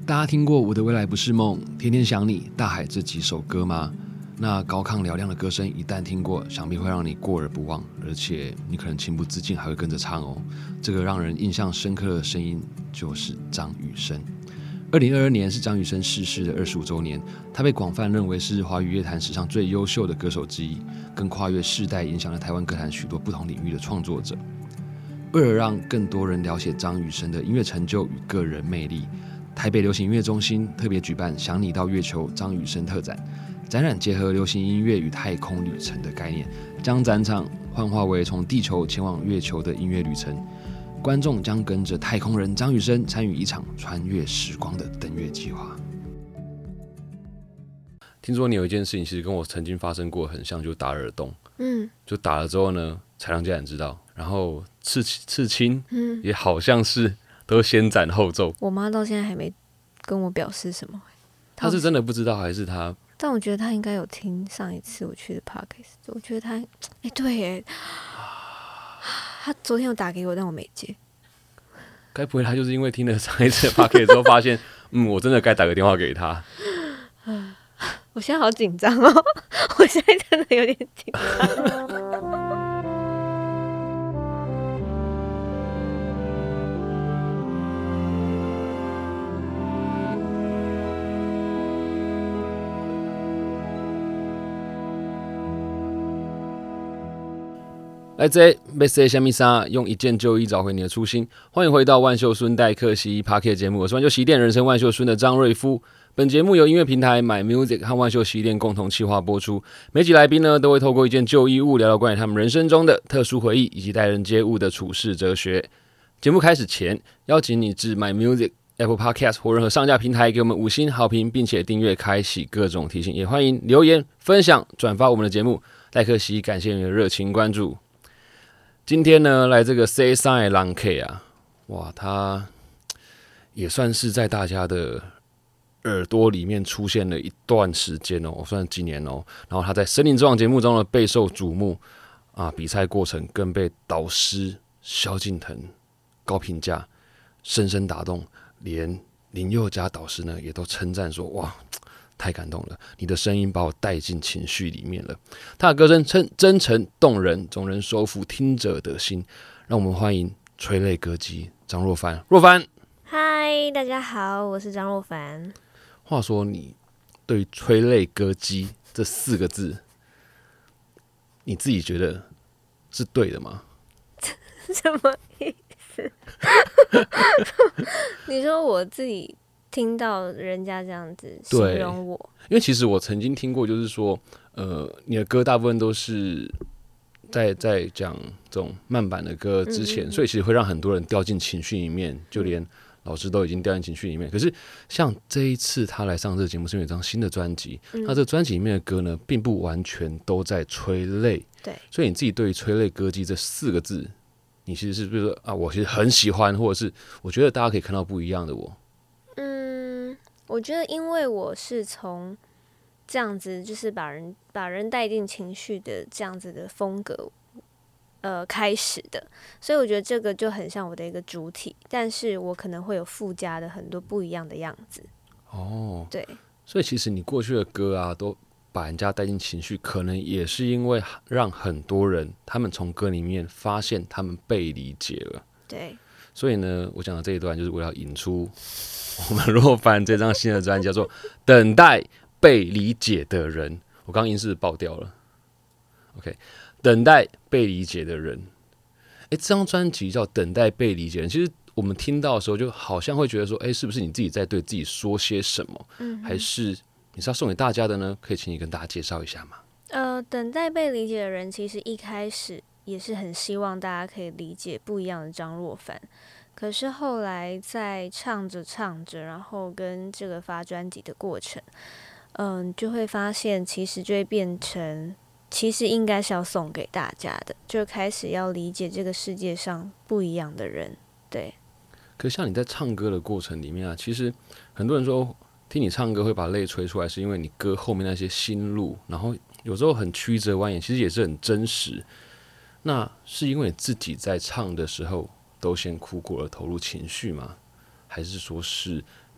大家听过《我的未来不是梦》《天天想你》《大海》这几首歌吗？那高亢嘹亮的歌声一旦听过，想必会让你过而不忘，而且你可能情不自禁还会跟着唱哦。这个让人印象深刻的声音就是张雨生。2022年是张雨生逝世的25周年，他被广泛认为是华语乐坛史上最优秀的歌手之一，更跨越世代，影响了台湾歌坛许多不同领域的创作者。为了让更多人了解张雨生的音乐成就与个人魅力，台北流行音乐中心特别举办“想你到月球”张雨生特展。展览结合流行音乐与太空旅程的概念，将展场幻化为从地球前往月球的音乐旅程。观众将跟着太空人张雨生参与一场穿越时光的登月计划。听说你有一件事情，其实跟我曾经发生过很像，就打耳洞。就打了之后呢，才让家人知道。然后刺青，也好像是都先斩后奏。 我妈到现在还没跟我表示什么。 她是真的不知道，还是她？ 但我觉得她应该有听上一次我去的 podcast。我觉得她，对耶。他昨天有打给我，但我没接。 该不会他就是因为听了上一次的 podcast 之后，发现，我真的该打个电话给他。 我现在好紧张哦，我现在真的有点紧张。 来这要说什么啥？用一件旧衣找回你的初心。欢迎回到万秀孙代客西 Podcast 节目，我是万秀洗衣店人生万秀孙的张瑞夫。本节目由音乐平台 My Music 和万秀洗衣店共同企划播出。每集来宾呢都会透过一件旧衣物聊聊关于他们人生中的特殊回忆以及待人接物的处事哲学。节目开始前，邀请你至 My Music、Apple Podcast 或任何上架平台给我们5星好评，并且订阅开启各种提醒。也欢迎留言分享转发我们的节目。代客西感谢你的热情关注。今天呢，来这个 Say Sign 的人客啊，哇，他也算是在大家的耳朵里面出现了一段时间哦，算几年哦。然后他在《森林之王》节目中呢备受瞩目啊，比赛过程更被导师萧敬腾高评价，深深打动，连林宥嘉导师呢也都称赞说，哇，太感动了！你的声音把我带进情绪里面了。他的歌声真诚动人，总能收服听者的心。让我们欢迎催泪歌姬张若凡。若凡， 嗨，大家好，我是张若凡。 话说，你对催泪歌姬这4个字，你自己觉得是对的吗？ 什么意思？你说我自己听到人家这样子形容我， 因为其实我曾经听过，就是说，你的歌大部分都是在讲这种慢板的歌之前，所以其实会让很多人掉进情绪里面，就连老师都已经掉进情绪里面。可是像这一次他来上这个节目，是因为有一张新的专辑，那这个专辑里面的歌呢，并不完全都在催泪， 对， 所以你自己对于催泪歌姬这4个字，你其实是不是说啊，我其实很喜欢，或者是我觉得大家可以看到不一样的我。 我觉得因为我是从这样子，就是把人带进情绪的这样子的风格，开始的，所以我觉得这个就很像我的一个主体，但是我可能会有附加的很多不一样的样子。哦，对， 所以其实你过去的歌啊，都把人家带进情绪，可能也是因为让很多人他们从歌里面发现他们被理解了。 对， 所以呢，我讲的这一段就是为了引出我们若凡这张新的专辑，叫做《等待被理解的人》。我刚刚音是爆掉了。OK， 等待被理解的人。这张专辑叫《等待被理解的人》，其实我们听到的时候，就好像会觉得说，是不是你自己在对自己说些什么？还是你是要送给大家的呢？可以请你跟大家介绍一下吗？ 等待被理解的人，其实一开始也是很希望大家可以理解不一样的张若凡。可是后来在唱着唱着，然后跟这个发专辑的过程，就会发现其实就会变成，其实应该是要送给大家的，就开始要理解这个世界上不一样的人。对。 可是像你在唱歌的过程里面啊，其实很多人说听你唱歌会把泪吹出来，是因为你歌后面那些心路，然后有时候很曲折蜿蜒，其实也是很真实。那是因为你自己在唱的时候都先哭过了，投入情绪吗？还是说是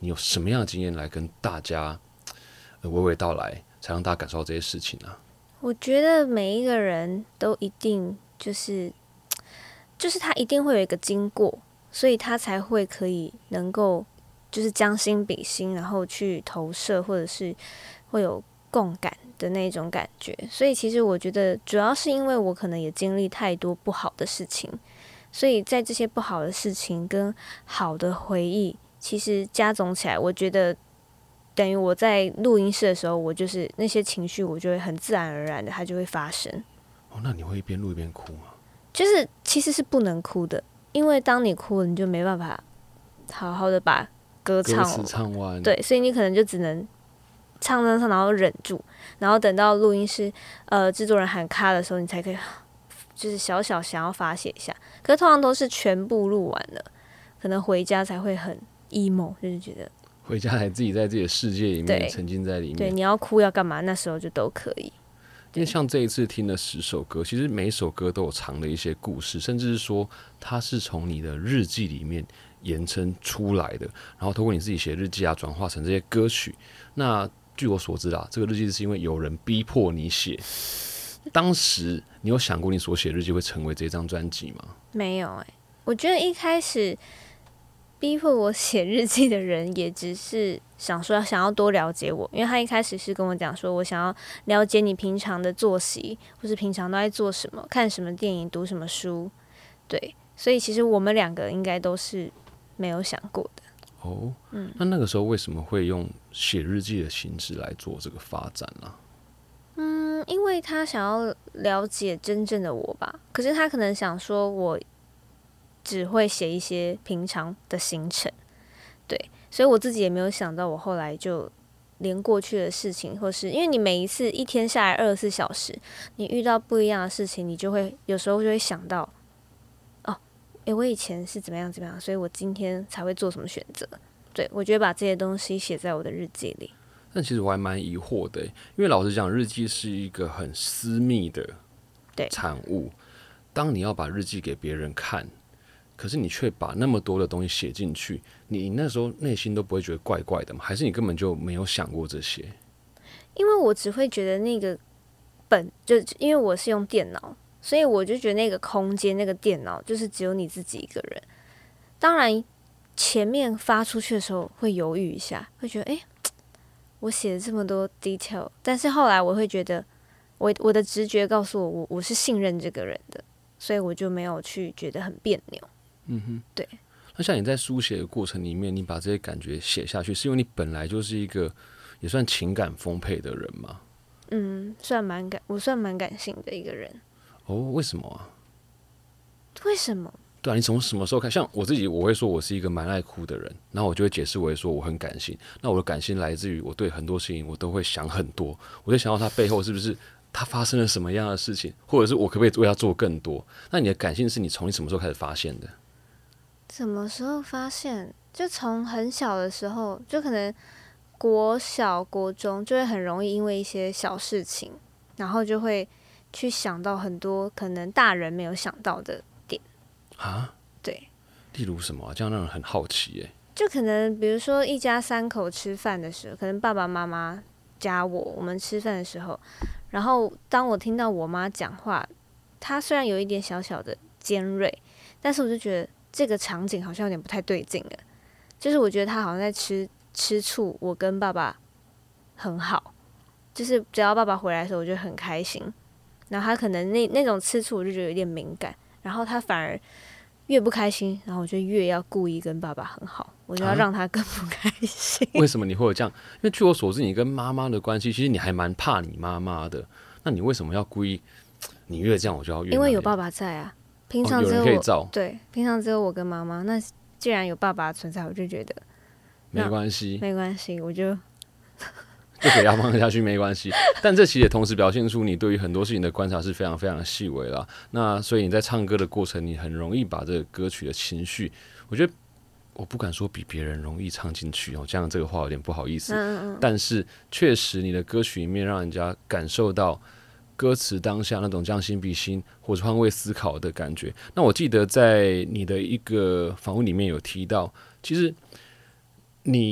你有什么样的经验来跟大家娓娓道来，才让大家感受到这些事情啊？ 我觉得每一个人都一定就是他一定会有一个经过，所以他才会可以能够就是将心比心，然后去投射，或者是会有共感的那种感觉。所以其实我觉得主要是因为我可能也经历太多不好的事情，所以在这些不好的事情跟好的回忆其实加总起来，我觉得等于我在录音室的时候，我就是那些情绪我就会很自然而然的它就会发生。 那你会一边录一边哭吗？ 就是其实是不能哭的，因为当你哭了，你就没办法好好的把歌词唱完。 对，所以你可能就只能唱，然后忍住，然后等到录音室制作人喊卡的时候，你才可以就是小小想要发泄一下。可是通常都是全部录完了，可能回家才会很 emo， 就是觉得回家还自己在自己的世界里面沉浸在里面。 对，你要哭要干嘛，那时候就都可以。 因为像这一次听了10首歌，其实每一首歌都有藏的一些故事，甚至是说它是从你的日记里面延伸出来的，然后透过你自己写日记啊，转化成这些歌曲。那据我所知啦，这个日记是因为有人逼迫你写。当时你有想过你所写日记会成为这张专辑吗？ 没有我觉得一开始逼迫我写日记的人也只是想要多了解我，因为他一开始是跟我讲说我想要了解你平常的作息，或是平常都在做什么，看什么电影，读什么书。对，所以其实我们2个应该都是没有想过的。 那个时候为什么会用写日记的形式来做这个发展啊？ 因为他想要了解真正的我吧，可是他可能想说我只会写一些平常的行程，对，所以我自己也没有想到，我后来就连过去的事情，或是因为你每一次一天下来24小时，你遇到不一样的事情，你就会有时候就会想到，我以前是怎么样，所以我今天才会做什么选择。对，我觉得把这些东西写在我的日记里。 但其实我还蛮疑惑的，因为老实讲，日记是一个很私密的产物。当你要把日记给别人看，可是你却把那么多的东西写进去，你那时候内心都不会觉得怪怪的吗？还是你根本就没有想过这些？ 因为我只会觉得那个就因为我是用电脑，所以我就觉得那个空间那个电脑就是只有你自己一个人。当然前面发出去的时候会犹豫一下，会觉得我写了这么多 detail， 但是后来我会觉得我的直觉告诉我是信任这个人的，所以我就没有去觉得很别扭。对。 那像你在书写的过程里面，你把这些感觉写下去，是因为你本来就是一个也算情感丰沛的人吗？ 我算蛮感性的一个人。 为什么啊？ 为什么？ 对啊，你从什么时候看？像我自己，我会说我是一个蛮爱哭的人，然后我就会解释为说我很感性。那我的感性来自于我对很多事情我都会想很多，我就想到它背后是不是它发生了什么样的事情，或者是我可不可以为它做更多？那你的感性是你从你什么时候开始发现的？ 什么时候发现？就从很小的时候，就可能国小、国中就会很容易因为一些小事情，然后就会去想到很多可能大人没有想到的点啊。 对， 例如什么啊？这样让人很好奇耶。 就可能比如说一家3口吃饭的时候，可能爸爸妈妈加我们吃饭的时候，然后当我听到我妈讲话，她虽然有一点小小的尖锐，但是我就觉得这个场景好像有点不太对劲了。就是我觉得她好像在吃醋，我跟爸爸很好，就是只要爸爸回来的时候，我就很开心。然后她可能那种吃醋，我就觉得有点敏感，然后她反而越不开心，然后我就越要故意跟爸爸很好，我就要让他更不开心。 为什么你会有这样？因为据我所知，你跟妈妈的关系，其实你还蛮怕你妈妈的。那你为什么要故意？你越这样，我就要越…… 因为有爸爸在啊。平常只有有人可以照。 对，平常只有我跟妈妈。那既然有爸爸存在，我就觉得没关系， 没关系，我就给他放下去，没关系。但这其实也同时表现出你对于很多事情的观察是非常非常的细微啦。那所以你在唱歌的过程，你很容易把这个歌曲的情绪，我觉得我不敢说比别人容易唱进去这样这个话有点不好意思。但是确实你的歌曲里面让人家感受到歌词当下那种将心比心或者换位思考的感觉。那我记得在你的一个访问里面有提到，其实你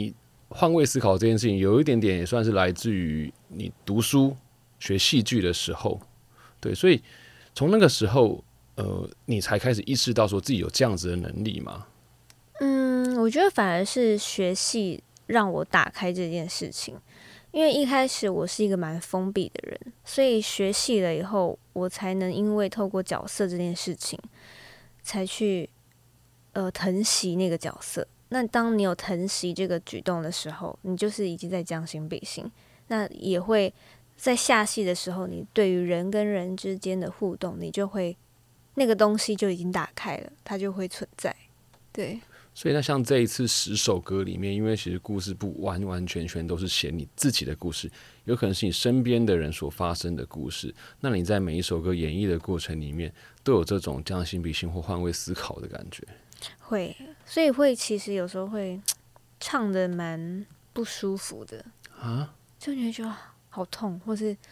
换位思考这件事情，有一点点也算是来自于你读书学戏剧的时候，对，所以从那个时候，你才开始意识到说自己有这样子的能力吗？ 我觉得反而是学戏让我打开这件事情，因为一开始我是一个蛮封闭的人，所以学戏了以后，我才能因为透过角色这件事情，才去疼惜那个角色。那当你有疼惜这个举动的时候，你就是已经在将心比心，那也会在下戏的时候，你对于人跟人之间的互动，你就会那个东西就已经打开了，它就会存在。对， 所以那像这一次10首歌里面，因为其实故事不完完全全都是写你自己的故事，有可能是你身边的人所发生的故事。那你在每一首歌演绎的过程里面，都有这种将心比心或换位思考的感觉。 会，所以会其实有时候会唱的蛮不舒服的啊， 就你会觉得好痛，或是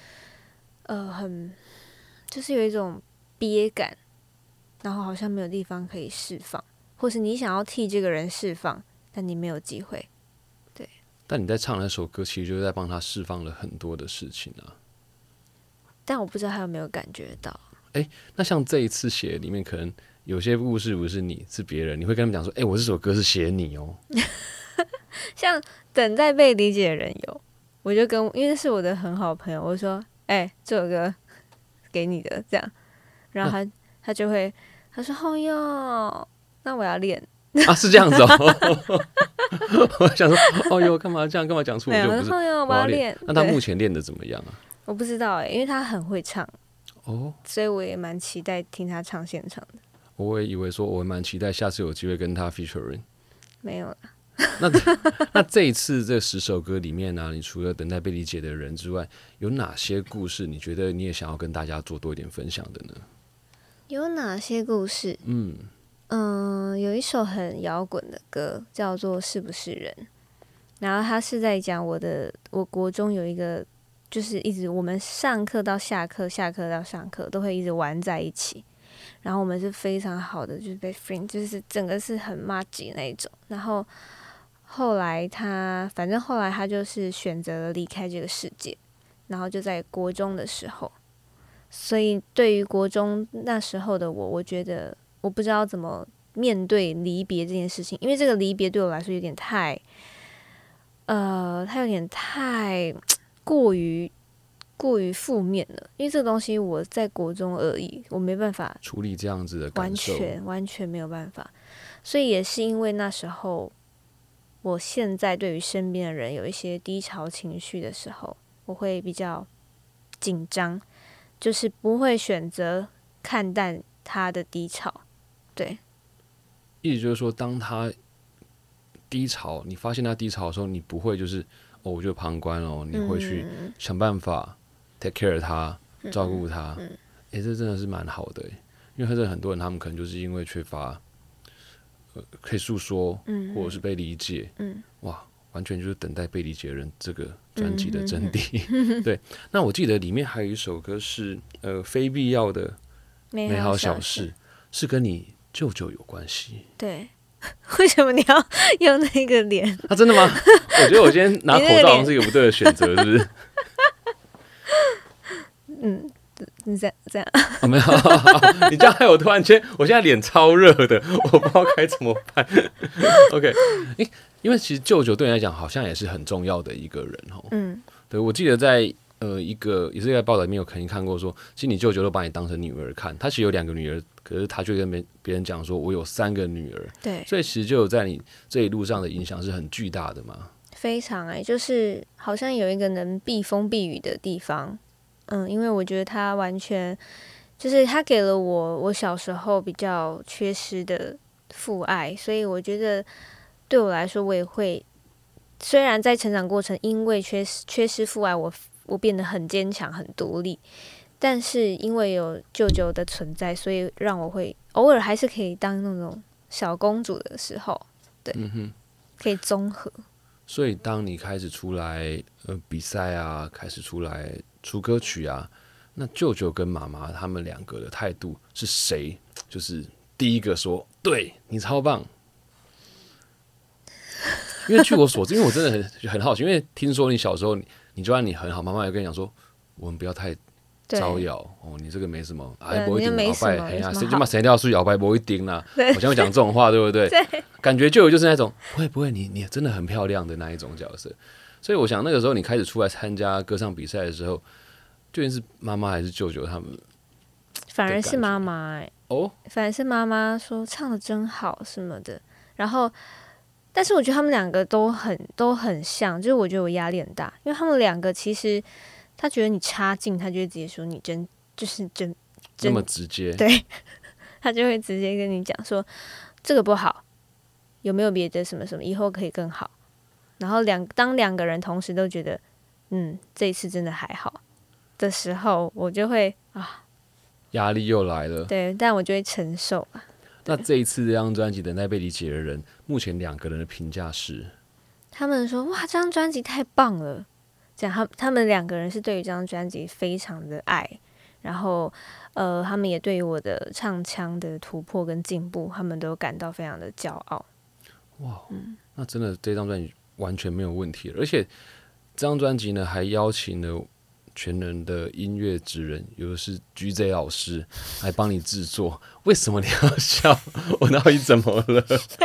就是有一种憋感，然后好像没有地方可以释放，或是你想要替这个人释放，但你没有机会。对， 但你在唱那首歌，其实就是在帮他释放了很多的事情啊。 但我不知道他有没有感觉到。 那像这一次写里面，可能有些故事不是你，是别人，你会跟他们讲说：“我这首歌是写你哦。” 像等待被理解的人有，我就因为是我的很好的朋友，我就说：“这首歌给你的。”这样，然后他就会他说：“哦哟，那我要练。” 啊，是这样子哦。我想说，哦哟，干嘛这样？干嘛讲出我就不是？ 哦哟，我要练。 那他目前练的怎么样啊？ 我不知道因为他很会唱哦， 所以我也蛮期待听他唱现场的。 我也以为说，我蛮期待下次有机会跟他 featuring。 没有啦。 那这一次这10首歌里面呢，你除了等待被理解的人之外，有哪些故事你觉得你也想要跟大家做多一点分享的呢？ 有哪些故事？有一首很摇滚的歌叫做《是不是人》，然后他是在讲我国中有一个，就是一直我们上课到下课，下课到上课都会一直玩在一起，然后我们是非常好的，就是被 friend， 就是整个是很麻吉那一种。然后后来他就是选择了离开这个世界，然后就在国中的时候，所以对于国中那时候的我觉得我不知道怎么面对离别这件事情，因为这个离别对我来说有点太，它有点太过于负面了，因为这个东西我在国中而已，我没办法处理这样子的感受， 完全没有办法。所以也是因为那时候，我现在对于身边的人有一些低潮情绪的时候，我会比较紧张，就是不会选择看淡他的低潮。对， 意思就是说，当他低潮，你发现他低潮的时候，你不会就是我就旁观哦，你会去想办法 take care 他，照顾他。这真的是蛮好的，因为真的很多人他们可能就是因为缺乏可以诉说，或者是被理解，哇，完全就是等待被理解的人这个专辑的真谛。对，那我记得里面还有一首歌是非必要的美好小事，是跟你舅舅有关系。 对，为什么你要用那个脸？ 真的吗？我觉得我今天拿口罩好像是一个不对的选择，是不是？ 你这样没有，你这样害我突然间，我现在脸超热的，我不知道该怎么办。OK， 因为其实舅舅对你来讲好像也是很重要的一个人哦。对，我记得在一个也是在报道里面有肯定看过说，其实你舅舅都把你当成女儿看，他其实有2个女儿，可是他却跟别人讲说我有3个女儿。 对， 所以其实就有在你这一路上的影响是很巨大的嘛。 非常就是好像有一个能避风避雨的地方。因为我觉得他完全就是他给了我小时候比较缺失的父爱，所以我觉得对我来说，我也会虽然在成长过程因为缺失父爱，我变得很坚强很独立，但是因为有舅舅的存在，所以让我会偶尔还是可以当那种小公主的时候，对，可以综合。 所以当你开始出来比赛啊，开始出来出歌曲啊，那舅舅跟妈妈他们2个的态度是谁？就是第一个说对你超棒。 因为据我所知，因为我真的很好奇，因为听说你小时候你就算你很好，妈妈也跟你讲说，我们不要太招摇哦，你这个没什么，不一定鳌拜，哎呀，谁就嘛谁掉出鳌拜不一定啦，好像会讲这种话，对不对？ 对， 感觉就是那种不会，你真的很漂亮的那一种角色。所以我想那个时候你开始出来参加歌唱比赛的时候，究竟是妈妈还是舅舅他们？ 反而是妈妈反而是妈妈说唱的真好什么的，然后。但是我觉得他们两个都很像，就是我觉得我压力很大，因为他们两个其实他觉得你差劲，他就会直接说你真那么直接， 对，他就会直接跟你讲说这个不好，有没有别的什么什么，以后可以更好。然后当两个人同时都觉得这一次真的还好的时候，我就会压力又来了。 对，但我就会承受啊。 那这一次这张专辑《等待被理解的人》，目前2个人的评价是， 他们说哇，这张专辑太棒了。这样，他们2个人是对于这张专辑非常的爱，然后他们也对于我的唱腔的突破跟进步，他们都感到非常的骄傲。 哇，那真的这张专辑完全没有问题了，而且这张专辑呢还邀请了全人的音乐职人，有的是 GJ 老师来帮你制作。为什么你要笑？我到底怎么了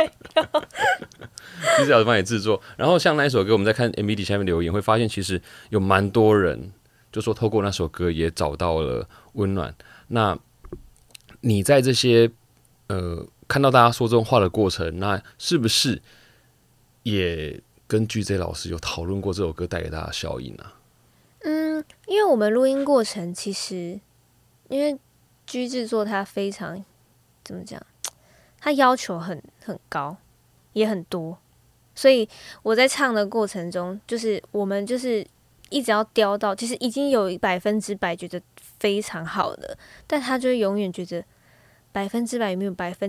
？GJ 老师帮你制作，然后像那一首歌，我们在看 MV 底下面留言，会发现其实有蛮多人就说透过那首歌也找到了温暖。那你在这些看到大家说这种话的过程，那是不是也跟 GJ 老师有讨论过这首歌带给大家的效应啊？ 因为我们录音过程其实，因为 G 制作它非常怎么讲，它要求很高，也很多，所以我在唱的过程中，就是我们就是一直要雕到，其实已经有100%觉得非常好的，但他就会永远觉得100%有没有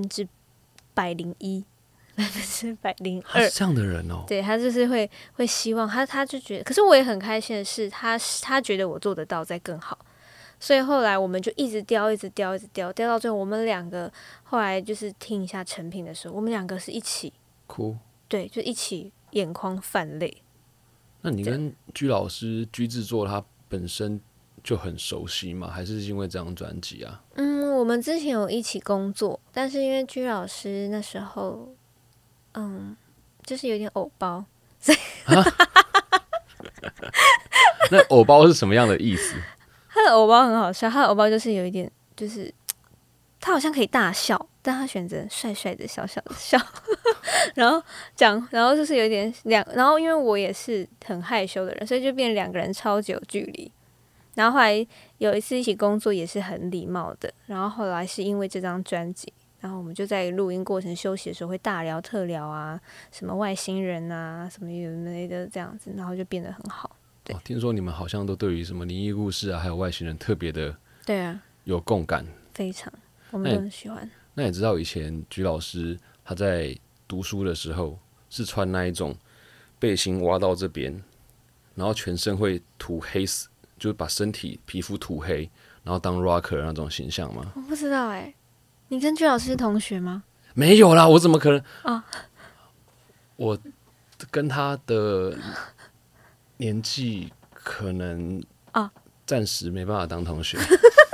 101%。102%， 他是这样的人哦。 对，他就是会希望他就觉得，可是我也很开心的是，他觉得我做得到再更好，所以后来我们就一直雕到最后，我们2个后来就是听一下成品的时候，我们2个是一起哭， 对，就一起眼眶泛泪。 那你跟居老师居制作他本身就很熟悉吗？还是因为这张专辑啊？ 我们之前有一起工作，但是因为居老师那时候。就是有点偶包，所以那偶包是什么样的意思？ 他的偶包很好笑，他的偶包就是有一点，就是他好像可以大笑，但他选择帅帅的小小的笑，然后就是有一点然后因为我也是很害羞的人，所以就变2个人超级有距离。然后后来有一次一起工作也是很礼貌的，然后后来是因为这张专辑。然后我们就在录音过程休息的时候会大聊特聊啊，什么外星人啊，什么有的没的这样子，然后就变得很好。对， 听说你们好像都对于什么灵异故事啊，还有外星人特别的， 对啊， 有共感， 非常，我们都很喜欢。 那你知道以前居老师他在读书的时候是穿那一种背心挖到这边，然后全身会涂黑，就是把身体皮肤涂黑，然后当 rocker 那种形象吗？ 我不知道你跟居老师是同学吗？ 没有啦，我怎么可能？我跟他的年纪可能暂时没办法当同学。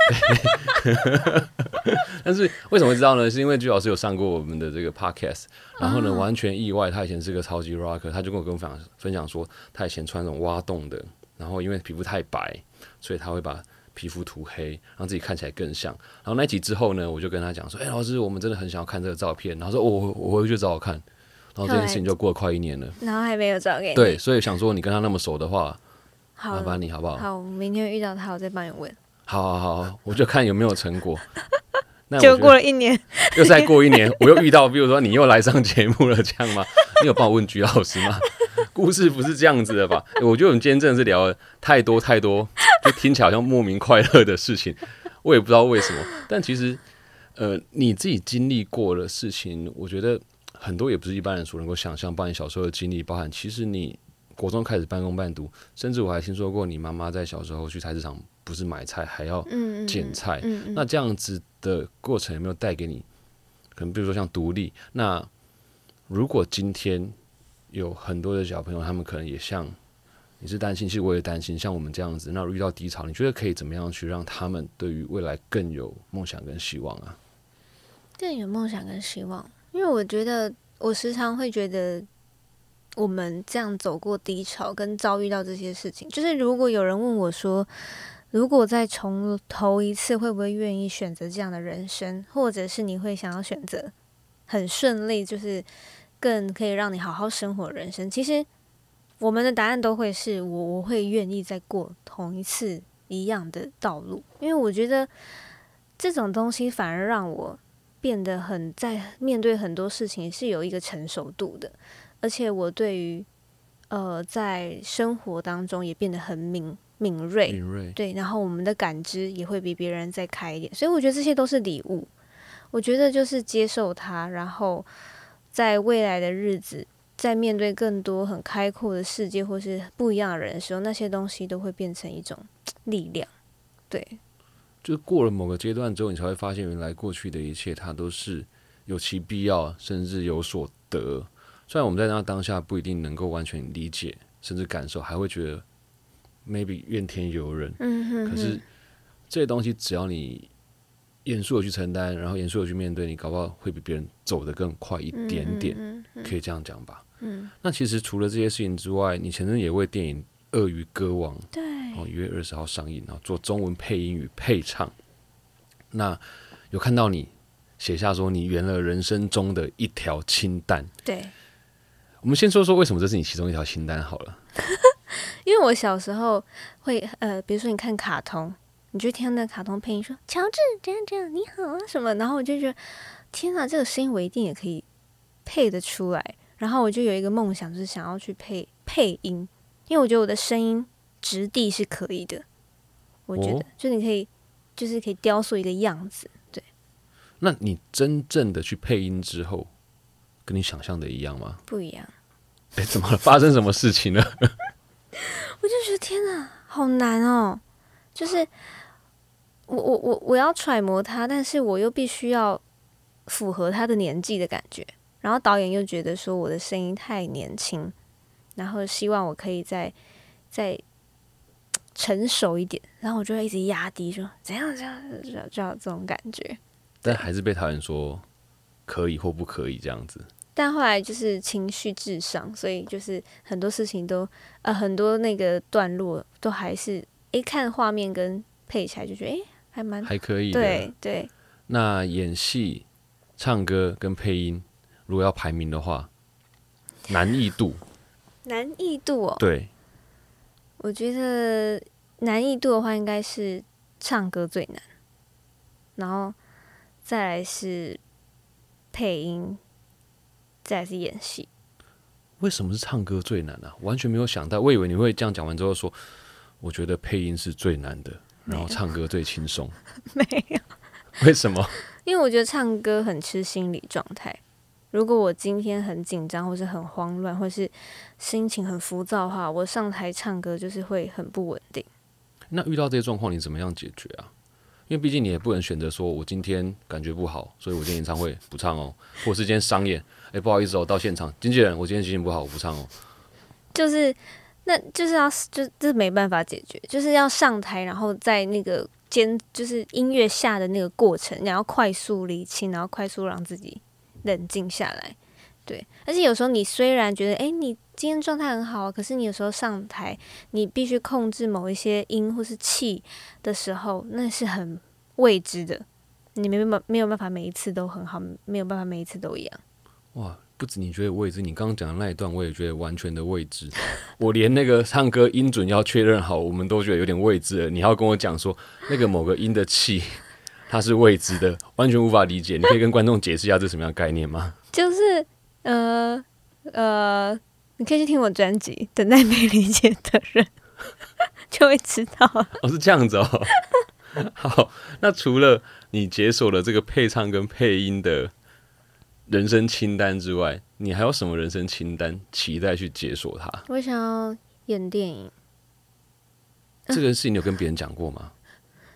但是为什么会知道呢？是因为居老师有上过我们的这个 podcast， 然后呢，完全意外，他以前是个超级 rocker， 他就跟我分享说，他以前穿那种挖洞的，然后因为皮肤太白，所以他会把皮肤涂黑，让自己看起来更像。然后那一集之后呢，我就跟他讲说：“老师，我们真的很想要看这个照片。”然后说：“我回去找我看。”然后这件事情就过了快1年了， 然后还没有找给你。 对，所以想说你跟他那么熟的话，麻烦你好不好？ 好，明天遇到他，我再帮你问。 好，我就看有没有成果。那就过了1年， 又再过1年，我又遇到，比如说你又来上节目了，这样吗？你有帮我问居老师吗？故事不是这样子的吧？我觉得我们今天真的是聊了太多，就听起来好像莫名快乐的事情，我也不知道为什么。但其实，你自己经历过的事情，我觉得很多也不是一般人所能够想象。包含你小时候的经历，包含其实你国中开始半工半读，甚至我还听说过你妈妈在小时候去菜市场不是买菜，还要捡菜。那这样子的过程有没有带给你，可能比如说像独立？那如果今天有很多的小朋友，他们可能也像你是担心，其实我也担心，像我们这样子，那遇到低潮，你觉得可以怎么样去让他们对于未来更有梦想跟希望啊？ 更有梦想跟希望，因为我觉得我时常会觉得，我们这样走过低潮跟遭遇到这些事情，就是如果有人问我说，如果再从头一次，会不会愿意选择这样的人生，或者是你会想要选择很顺利，就是更可以让你好好生活的人生？其实我们的答案都会是我会愿意再过同一次一样的道路，因为我觉得这种东西反而让我变得在面对很多事情是有一个成熟度的，而且我对于在生活当中也变得很敏锐，对，然后我们的感知也会比别人再开一点，所以我觉得这些都是礼物。我觉得就是接受它，然后在未来的日子，在面对更多很开阔的世界或是不一样的人的时候，那些东西都会变成一种力量。对， 就是过了某个阶段之后，你才会发现，原来过去的一切它都是有其必要，甚至有所得。虽然我们在那当下不一定能够完全理解，甚至感受，还会觉得 maybe 怨天尤人。可是这些东西，只要你严肃的去承担，然后严肃的去面对，你搞不好会比别人走得更快一点点，可以这样讲吧。那其实除了这些事情之外，你前阵也为电影《鳄鱼歌王》 对 1月20号上映，然后做中文配音与配唱。那有看到你写下说你圆了人生中的一条清单。 对， 我们先说说为什么这是你其中一条清单好了。 因为我小时候会比如说你看卡通，你就听到那卡通配音说乔治这样这样你好啊什么，然后我就觉得天哪，这个声音我一定也可以配得出来。然后我就有一个梦想，就是想要去配音，因为我觉得我的声音质地是可以的。我觉得，就你可以，就是可以雕塑一个样子。对。 那你真正的去配音之后，跟你想象的一样吗？ 不一样。 怎么了？发生什么事情了？ 我就觉得天哪，好难哦！就是我要揣摩他，但是我又必须要符合他的年纪的感觉。然后导演又觉得说我的声音太年轻，然后希望我可以再成熟一点，然后我就会一直压低说怎样这种感觉。 但还是被导演说可以或不可以这样子。 但后来就是情绪至上，所以就是很多事情都很多那个段落都还是看画面跟配起来就觉得还可以的。 对。 那演戏、唱歌跟配音，如果要排名的话，难易度哦。对， 我觉得难易度的话应该是唱歌最难，然后再来是配音，再来是演戏。 为什么是唱歌最难啊？完全没有想到，我以为你会这样讲完之后说，我觉得配音是最难的，然后唱歌最轻松。 没有。 为什么？ 因为我觉得唱歌很吃心理状态。如果我今天很紧张，或是很慌乱，或是心情很浮躁的话，我上台唱歌就是会很不稳定。 那遇到这些状况，你怎么样解决啊？因为毕竟你也不能选择说，我今天感觉不好，所以我今天演唱会不唱哦，或者是今天商演，不好意思哦，到现场，经纪人，我今天心情不好，我不唱哦。 那就是这没办法解决，就是要上台，然后在那个就是音乐下的那个过程，你要快速理清，然后快速让自己冷静下来。对，而且有时候你虽然觉得你今天状态很好，可是你有时候上台，你必须控制某一些音或是气的时候，那是很未知的，你没有办法每一次都很好，没有办法每一次都一样。 哇，不止你觉得未知，你刚刚讲的那一段我也觉得完全的未知。我连那个唱歌音准要确认好，我们都觉得有点未知了。你要跟我讲说那个某个音的气它是未知的，完全无法理解。你可以跟观众解释一下这是什么样的概念吗？ 就是你可以去听我专辑《等待被理解的人》，就会知道了。 是这样子哦。好，那除了你解锁了这个配唱跟配音的人生清单之外，你还有什么人生清单期待去解锁它？ 我想要演电影。 这个事情你有跟别人讲过吗？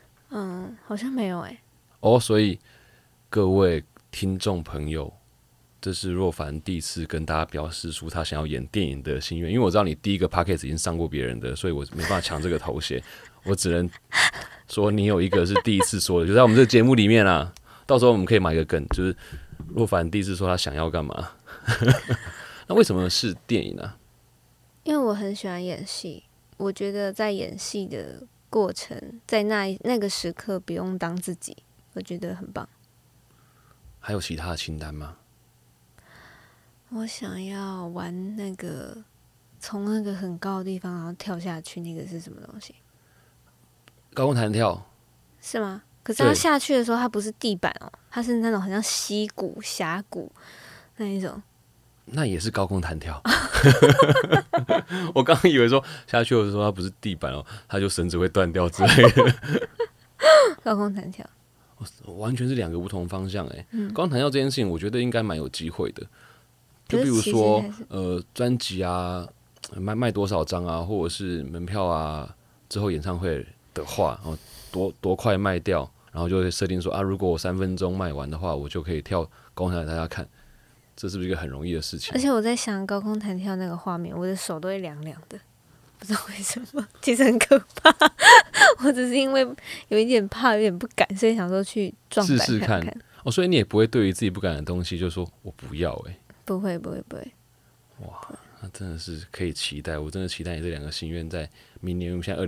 好像没有所以各位听众朋友， 这是若凡第一次跟大家表示出他想要演电影的心愿，因为我知道你第一个 podcast 已经上过别人的，所以我没办法抢这个头衔，我只能说你有一个是第一次说的，就在我们这个节目里面啊。到时候我们可以买一个梗，就是若凡第一次说他想要干嘛。那为什么是电影呢？ 因为我很喜欢演戏，我觉得在演戏的过程，在那个时刻不用当自己，我觉得很棒。 还有其他的清单吗？ 我想要玩那个从那个很高的地方然后跳下去，那个是什么东西？ 高空弹跳是吗？可是它下去的时候，它不是地板哦，它是那种很像溪谷、峡谷那一种。 那也是高空弹跳。我刚刚以为说下去的时候它不是地板哦，它就绳子会断掉之类的。 高空弹跳完全是两个不同方向哎。高空弹跳这件事情，我觉得应该蛮有机会的。就比如说专辑啊，卖多少张啊，或者是门票啊，之后演唱会的话，多快卖掉，然后就会设定说啊，如果我3分钟卖完的话，我就可以跳高空弹跳给大家看。这是不是一个很容易的事情？ 而且我在想高空弹跳那个画面，我的手都会凉凉的，不知道为什么，其实很可怕。我只是因为有一点怕，有点不敢，所以想说去壮胆试试看。哦，所以你也不会对于自己不敢的东西就说我不要哎。 不会。 哇，那真的是可以期待。我真的期待你这两个心愿在明年，我们现在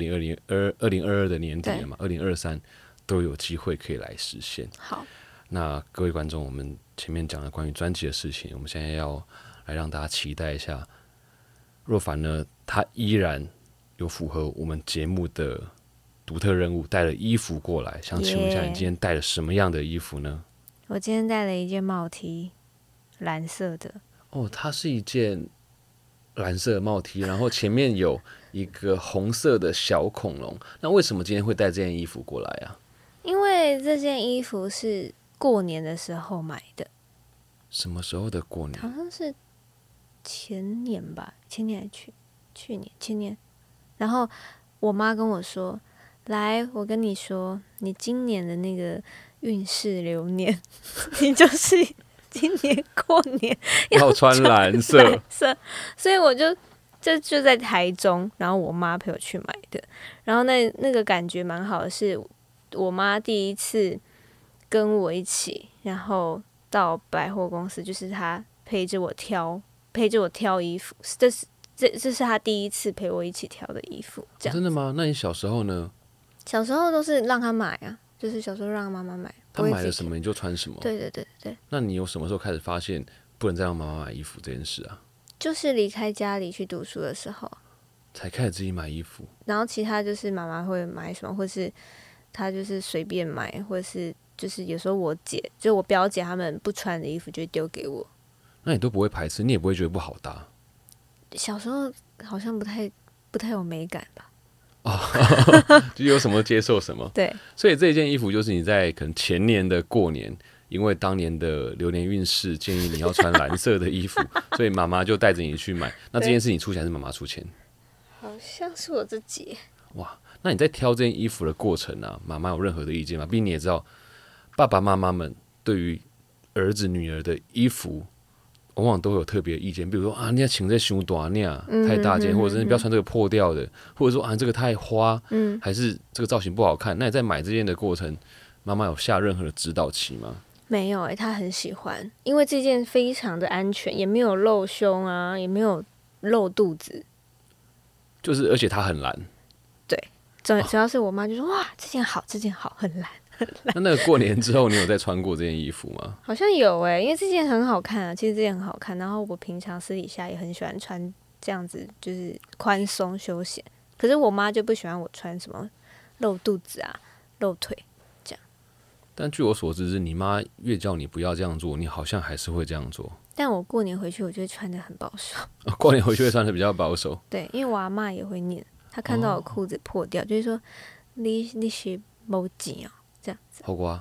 2022的年底了嘛，2023都有机会可以来实现。 好， 那各位观众，我们前面讲了关于专辑的事情，我们现在要来让大家期待一下。若凡呢，他依然有符合我们节目的独特任务，带了衣服过来。想请问一下，你今天带了什么样的衣服呢？ 我今天带了一件帽 T， 蓝色的。 哦，它是一件蓝色的帽 T， 然后前面有一个红色的小恐龙。那为什么今天会带这件衣服过来啊？ 因为这件衣服是过年的时候买的。 什么时候的过年？ 好像是前年吧，前年还去年前年。然后我妈跟我说：“来，我跟你说，你今年的那个运势流年，你就是今年过年要穿蓝色。” 所以我就在台中，然后我妈陪我去买的。然后那个感觉蛮好的，是我妈第一次跟我一起，然后到百货公司，就是她陪着我挑衣服，这是她第一次陪我一起挑的衣服。这样真的吗？那你小时候呢？ 小时候都是让她买啊，就是小时候让妈妈买， 她买了什么你就穿什么。 对。 那你有什么时候开始发现不能再让妈妈买衣服这件事啊？ 就是离开家里去读书的时候， 才开始自己买衣服。 然后其他就是妈妈会买什么，或是她就是随便买，或者是就是有时候我表姐她们不穿的衣服就会丢给我。 那你都不会排斥，你也不会觉得不好搭？ 小时候好像不太有美感吧。 就有什么接受什么。 对， 所以这件衣服就是你在可能前年的过年，因为当年的流年运势建议你要穿蓝色的衣服，所以妈妈就带着你去买。那这件事你出钱还是妈妈出钱？ 好像是我自己。 哇，那你在挑这件衣服的过程啊，妈妈有任何的意见吗？毕竟你也知道，爸爸妈妈们对于儿子女儿的衣服往往都会有特别的意见，比如说啊，你要请这胸短呢，太大件，或者是你不要穿这个破掉的，或者说啊这个太花，还是这个造型不好看。那你在买这件的过程，妈妈有下任何的指导期吗？ 没有她很喜欢，因为这件非常的安全，也没有露胸啊，也没有露肚子， 就是而且它很蓝。 对，主要是我妈就说哇，这件好，很蓝。 那个过年之后，你有再穿过这件衣服吗？ 好像有因为这件很好看啊，其实这件很好看。然后我平常私底下也很喜欢穿这样子，就是宽松休闲。可是我妈就不喜欢我穿什么露肚子啊、露腿这样。 但据我所知，是你妈越叫你不要这样做，你好像还是会这样做。 但我过年回去，我就会穿得很保守。 过年回去会穿得比较保守。 对，因为我阿嬷也会念，她看到我裤子破掉，就是说你是没钱哦。这样子， 好瓜。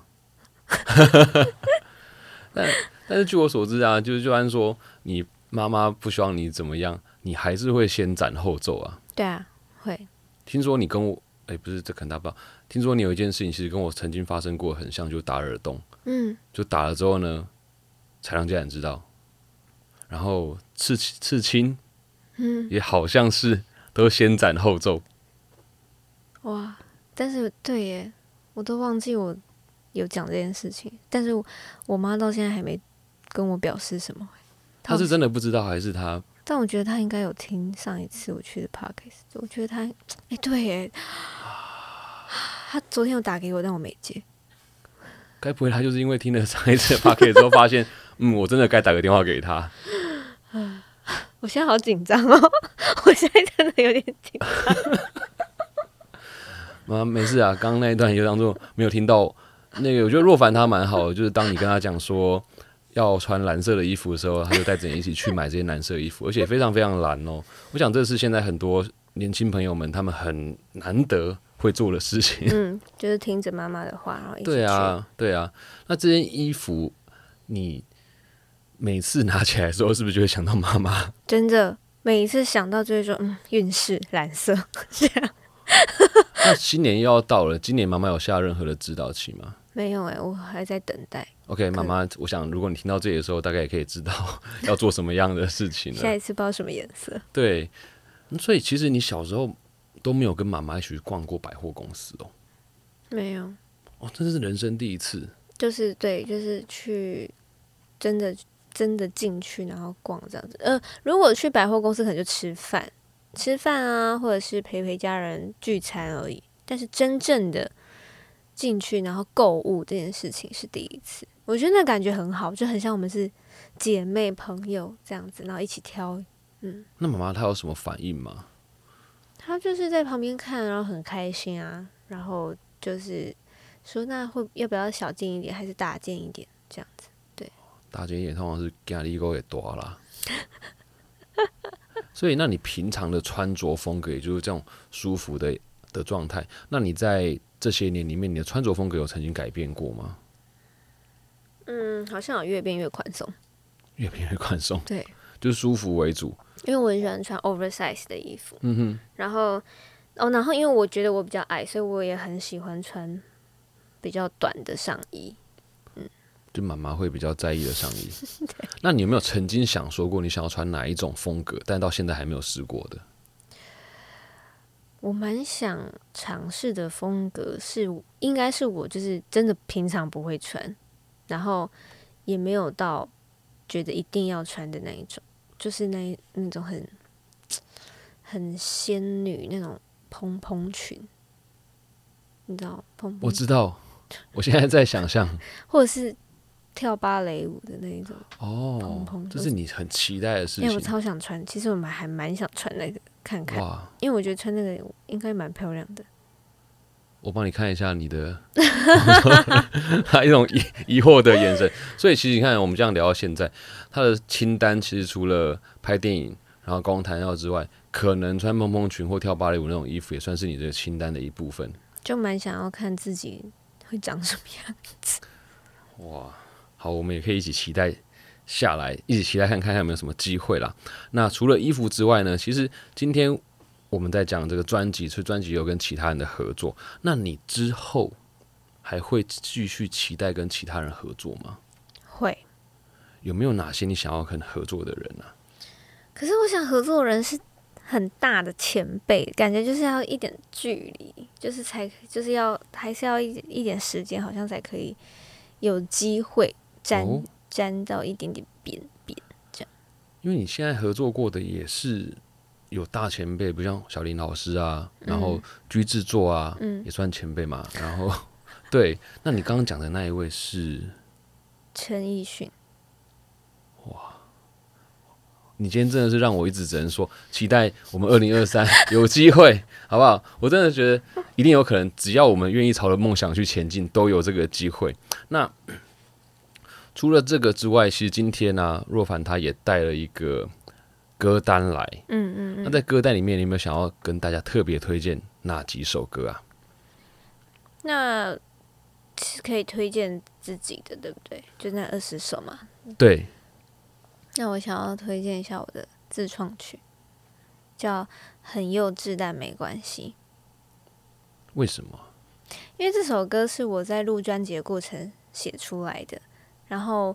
但是据我所知啊，就是就算说你妈妈不希望你怎么样，你还是会先斩后奏啊。 对啊，会。 听说你跟我，不是，这可能大不了。听说你有一件事情，其实跟我曾经发生过很像，就打耳洞。就打了之后呢，才让家人知道， 然后刺青，也好像是都先斩后奏。 哇！但是对耶，我都忘记我有讲这件事情，但是我妈到现在还没跟我表示什么。 她是真的不知道还是她？ 但我觉得她应该有听上一次我去的 podcast， 我觉得她，对耶，她昨天有打给我，但我没接。 该不会他就是因为听了上一次的 podcast 之后发现，我真的该打个电话给他。 我现在好紧张哦，我现在真的有点紧张。 没事啊，刚刚那一段就当做没有听到。那个我觉得若凡他蛮好的，就是当你跟他讲说要穿蓝色的衣服的时候，他就带着你一起去买这些蓝色衣服，而且非常非常蓝哦。我想这是现在很多年轻朋友们他们很难得会做的事情。 就是听着妈妈的话，然后一起去。 对啊。那这件衣服，你每次拿起来的时候，是不是就会想到妈妈？ 真的，每一次想到就会说，运势蓝色这样。 那新年又要到了，今年妈妈有下任何的指导期吗？ 没有我还在等待。 OK， 妈妈，我想如果你听到这里的时候，大概也可以知道要做什么样的事情了。 下一次不知道什么颜色。 对，所以其实你小时候都没有跟妈妈一起去逛过百货公司哦？ 没有。 哦，这是人生第一次。 就是对，就是去真的进去然后逛这样子。如果去百货公司可能就吃饭啊，或者是陪家人聚餐而已。但是真正的进去然后购物这件事情是第一次，我觉得那感觉很好，就很像我们是姐妹朋友这样子，然后一起挑。 那妈妈她有什么反应吗？ 她就是在旁边看，然后很开心啊，然后就是说那要不要小件一点，还是大件一点这样子？对， 大件一点通常是家里狗也大啦。所以，那你平常的穿着风格，也就是这种舒服的状态。那你在这些年里面，你的穿着风格有曾经改变过吗？ 好像有越变越宽松。 越变越宽松， 对， 就是舒服为主。 因为我很喜欢穿 oversize 的衣服。然后因为我觉得我比较矮，所以我也很喜欢穿比较短的上衣。 就妈妈会比较在意的上衣。那你有没有曾经想说过你想要穿哪一种风格，但到现在还没有试过的？ 我蛮想尝试的风格应该是我就是真的平常不会穿，然后也没有到觉得一定要穿的那一种，就是那种很仙女那种蓬蓬裙，你知道蓬蓬？ 我知道，我现在在想象， 或者是跳芭蕾舞的那一种蓬蓬， 这是你很期待的事情。 我超想穿，其实我们还蛮想穿那个看看，因为我觉得穿那个应该蛮漂亮的。 我帮你看一下你的他一种疑惑的眼神。所以其实你看，我们这样聊到现在，他的清单其实除了拍电影，然后高空弹跳之外，可能穿蓬蓬裙或跳芭蕾舞那种衣服，也算是你这个清单的一部分。 就蛮想要看自己会长什么样子。 哇！好，我们也可以一起期待下来，一起期待看看有没有什么机会啦。那除了衣服之外呢，其实今天我们在讲这个专辑，所以专辑有跟其他人的合作。那你之后还会继续期待跟其他人合作吗？ 会。 有没有哪些你想要跟合作的人啊？ 可是我想合作的人是很大的前辈，感觉就是要一点距离，就是还是要一点时间，好像才可以有机会沾到一点点边边这样。 因为你现在合作过的也是有大前辈，不像小林老师啊，然后居制作啊，也算前辈嘛。然后对，那你刚刚讲的那一位是陈奕迅。 哇！你今天真的是让我一直只能说期待我们2023有机会，好不好？我真的觉得一定有可能，只要我们愿意朝着梦想去前进，都有这个机会。那除了这个之外，其实今天呢，若凡他也带了一个歌单来。那在歌单里面，你有没有想要跟大家特别推荐哪几首歌啊？ 那是可以推荐自己的，对不对？就那20首嘛。 对。 那我想要推荐一下我的自创曲，叫《很幼稚但没关系》。 为什么？因为这首歌是我在录专辑的过程写出来的，然后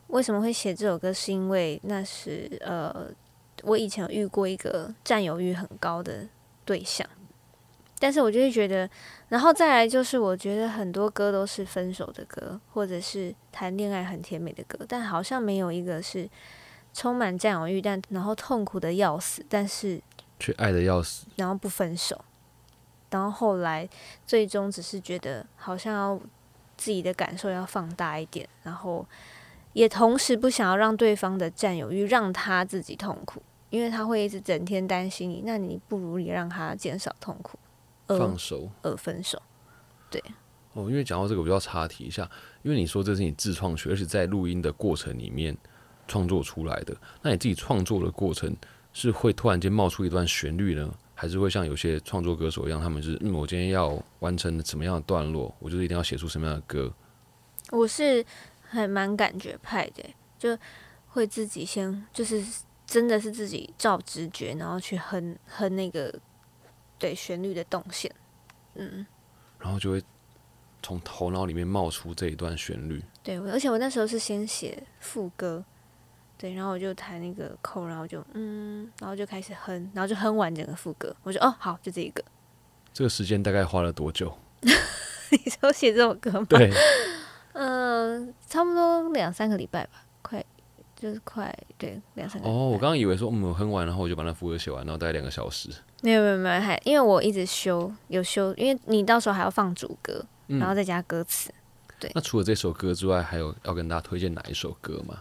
为什么会写这首歌，是因为那是我以前有遇过一个占有欲很高的对象，但是我就会觉得，然后再来就是我觉得很多歌都是分手的歌，或者是谈恋爱很甜美的歌，但好像没有一个是充满占有欲，然后痛苦的要死，但是却爱的要死， 然后不分手，然后后来最终只是觉得好像要自己的感受要放大一点，然后也同时不想要让对方的占有欲让他自己痛苦，因为他会一直整天担心你，那你不如你让他减少痛苦， 放手而分手。对哦，因为讲到这个，我就要插题一下，因为你说这是你自创曲，而且在录音的过程里面创作出来的，那你自己创作的过程是会突然间冒出一段旋律呢，还是会像有些创作歌手一样，他们是我今天要完成什么样的段落，我就是一定要写出什么样的歌？ 我是还蛮感觉派的，就会自己先就是真的是自己照直觉，然后去哼那个对旋律的动线， 然后就会从头脑里面冒出这一段旋律。 对，而且我那时候是先写副歌，对，然后我就弹那个扣，然后就然后就开始哼，然后就哼完整个副歌，我就好，就这一个。 这个时间大概花了多久？ 你说写这首歌吗？ 对， 差不多2-3个礼拜吧，快对2-3个礼拜。 哦，我刚刚以为说我哼完，然后我就把那副歌写完，然后大概2个小时。 没有，还因为我一直有修，因为你到时候还要放主歌，然后再加歌词。对。 那除了这首歌之外，还有要跟大家推荐哪一首歌吗？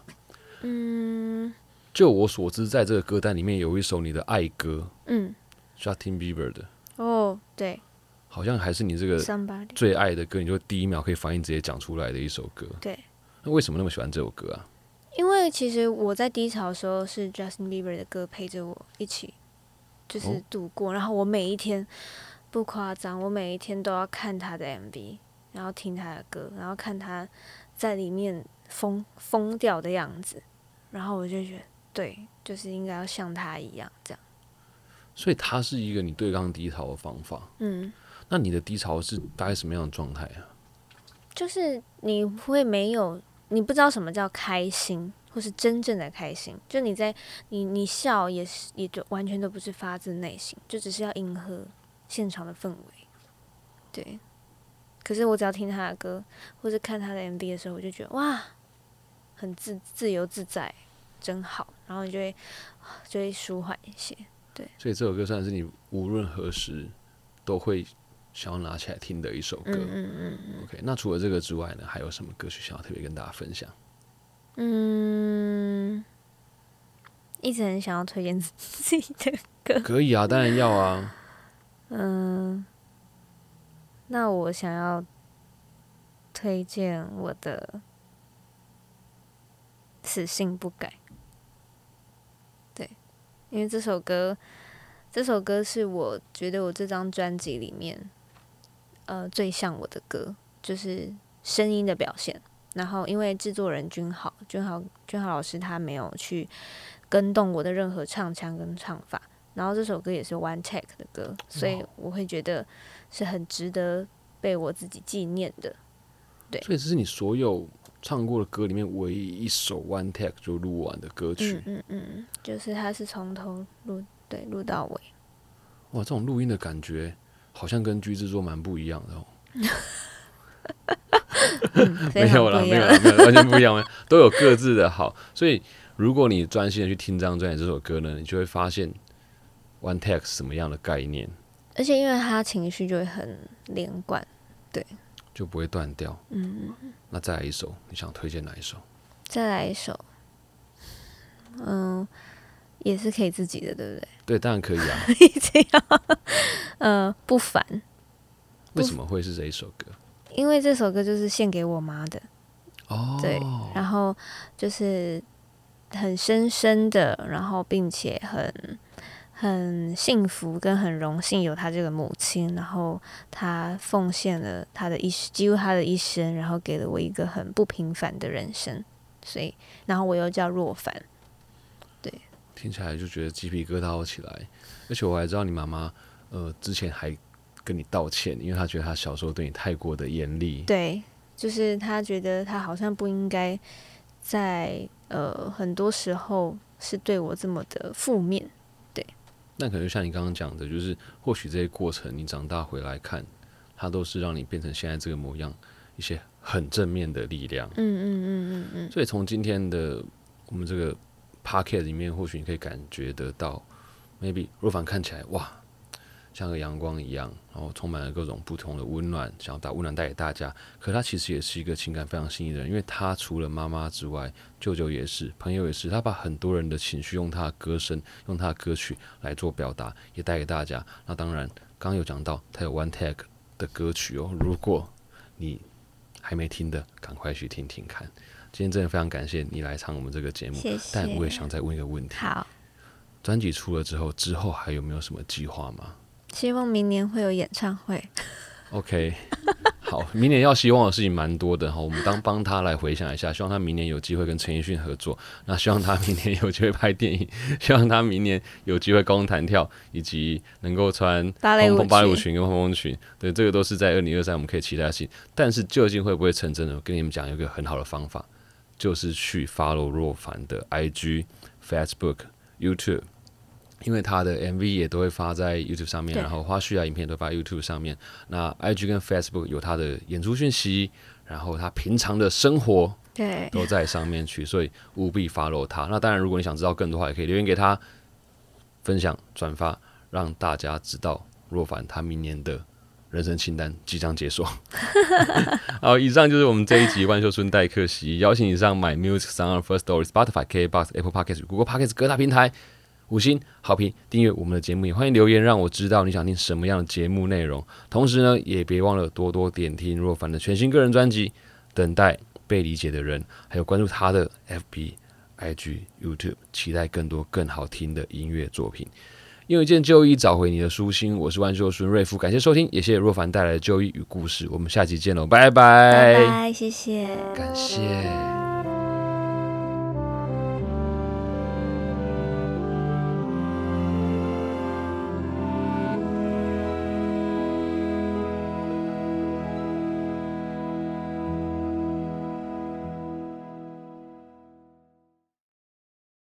就我所知，在这个歌单里面有一首你的爱歌，Justin Bieber 的。 哦，对。 好像还是你这个最爱的歌，你就第一秒可以反应直接讲出来的一首歌。 对。 那为什么那么喜欢这首歌啊？ 因为其实我在低潮的时候是 Justin Bieber 的歌陪着我一起就是度过，然后我每一天不夸张，我每一天都要看他的 MV， 然后听他的歌，然后看他在里面疯掉的样子，然后我就觉得对，就是应该要像他一样这样。 所以它是一个你对抗低潮的方法。那你的低潮是大概什么样的状态啊？ 就是你不知道什么叫开心，或是真正的开心。就你笑也就完全都不是发自内心，就只是要迎合现场的氛围。对。可是我只要听他的歌，或是看他的 MV 的时候，我就觉得哇，很自由自在，真好。然后你就会舒缓一些。对。 所以这首歌算是你无论何时都会想要拿起来听的一首歌。OK， 那除了这个之外呢，还有什么歌曲想要特别跟大家分享？ 一直很想要推荐自己的歌。 可以啊，当然要啊。 那我想要推荐我的《死性不改》。对，因为这首歌是我觉得我这张专辑里面最像我的歌，就是声音的表现。然后因为制作人君豪老师他没有去跟动我的任何唱腔跟唱法，然后这首歌也是 one take 的歌，所以我会觉得是很值得被我自己纪念的。对， 所以这是你所有唱过的歌里面唯一一首 one take 就录完的歌曲。 就是它是从头录到尾。 哇，这种录音的感觉好像跟剧制作蛮不一样的哦。没有啦，完全不一样，都有各自的好。所以如果你专心的去听这张专辑这首歌呢，你就会发现 one take 是什么样的概念。 而且因为他情绪就会很连贯，对， 就不会断掉。那再来一首，你想推荐哪一首？ 再来一首，也是可以自己的，对不对？ 对，当然可以啊。 这样，不烦。 为什么会是这一首歌？ 因为这首歌就是献给我妈的。对，然后就是很深深的，然后并且很幸福跟很荣幸有她这个母亲，然后她奉献了几乎她的一生，然后给了我一个很不平凡的人生，所以然后我又叫若凡。对， 听起来就觉得鸡皮疙瘩都起来，而且我还知道你妈妈之前还跟你道歉，因为她觉得她小时候对你太过的严厉。 对，就是她觉得她好像不应该在很多时候是对我这么的负面。对， 那可能像你刚刚讲的，就是或许这些过程你长大回来看，它都是让你变成现在这个模样一些很正面的力量。所以从今天的我们这个 podcast 里面，或许你可以感觉得到 ，maybe 若凡看起来哇，像个阳光一样，然后充满了各种不同的温暖，想要把温暖带给大家。可他其实也是一个情感非常细腻的人，因为他除了妈妈之外，舅舅也是，朋友也是，他把很多人的情绪用他的歌声、用他的歌曲来做表达，也带给大家。那当然，刚刚有讲到他有 One Tag 的歌曲哦，如果你还没听的，赶快去听听看。今天真的非常感谢你来唱我们这个节目， 谢谢。 但我也想再问一个问题： 好， 专辑出了之后还有没有什么计划吗？ 希望明年会有演唱会。 OK， 好，明年要希望的事情蛮多的哈，我们帮他来回想一下，希望他明年有机会跟陈奕迅合作，那希望他明年有机会拍电影，希望他明年有机会高空弹跳，以及能够穿芭蕾舞裙跟蓬蓬裙，对，这个都是在2023我们可以期待的事情。但是究竟会不会成真呢？我跟你们讲，有一个很好的方法，就是去 follow 若凡的 IG、Facebook、YouTube。因为他的 MV 也都会发在 YouTube 上面，然后花絮影片都发在 YouTube 上面。那 IG 跟 Facebook 有他的演出讯息，然后他平常的生活都在上面去，所以务必 follow 他。那当然，如果你想知道更多的话，也可以留言给他，分享转发，让大家知道若凡他明年的人生清单即将解锁。好，以上就是我们这一集万秀孙代客席，邀请你上 My Music Sound、Firstory、Spotify、KKBOX、Apple Podcasts、Google Podcasts 各大平台。5星好评订阅我们的节目，也欢迎留言让我知道你想听什么样的节目内容。同时呢，也别忘了多多点听若凡的全新个人专辑《等待被理解的人》，还有关注他的 FB、IG、YouTube， 期待更多更好听的音乐作品。用一件旧衣找回你的舒心，我是万秀孙瑞夫，感谢收听，也谢谢若凡带来的旧衣与故事。我们下期见喽，拜拜， 拜拜，谢谢， 感谢。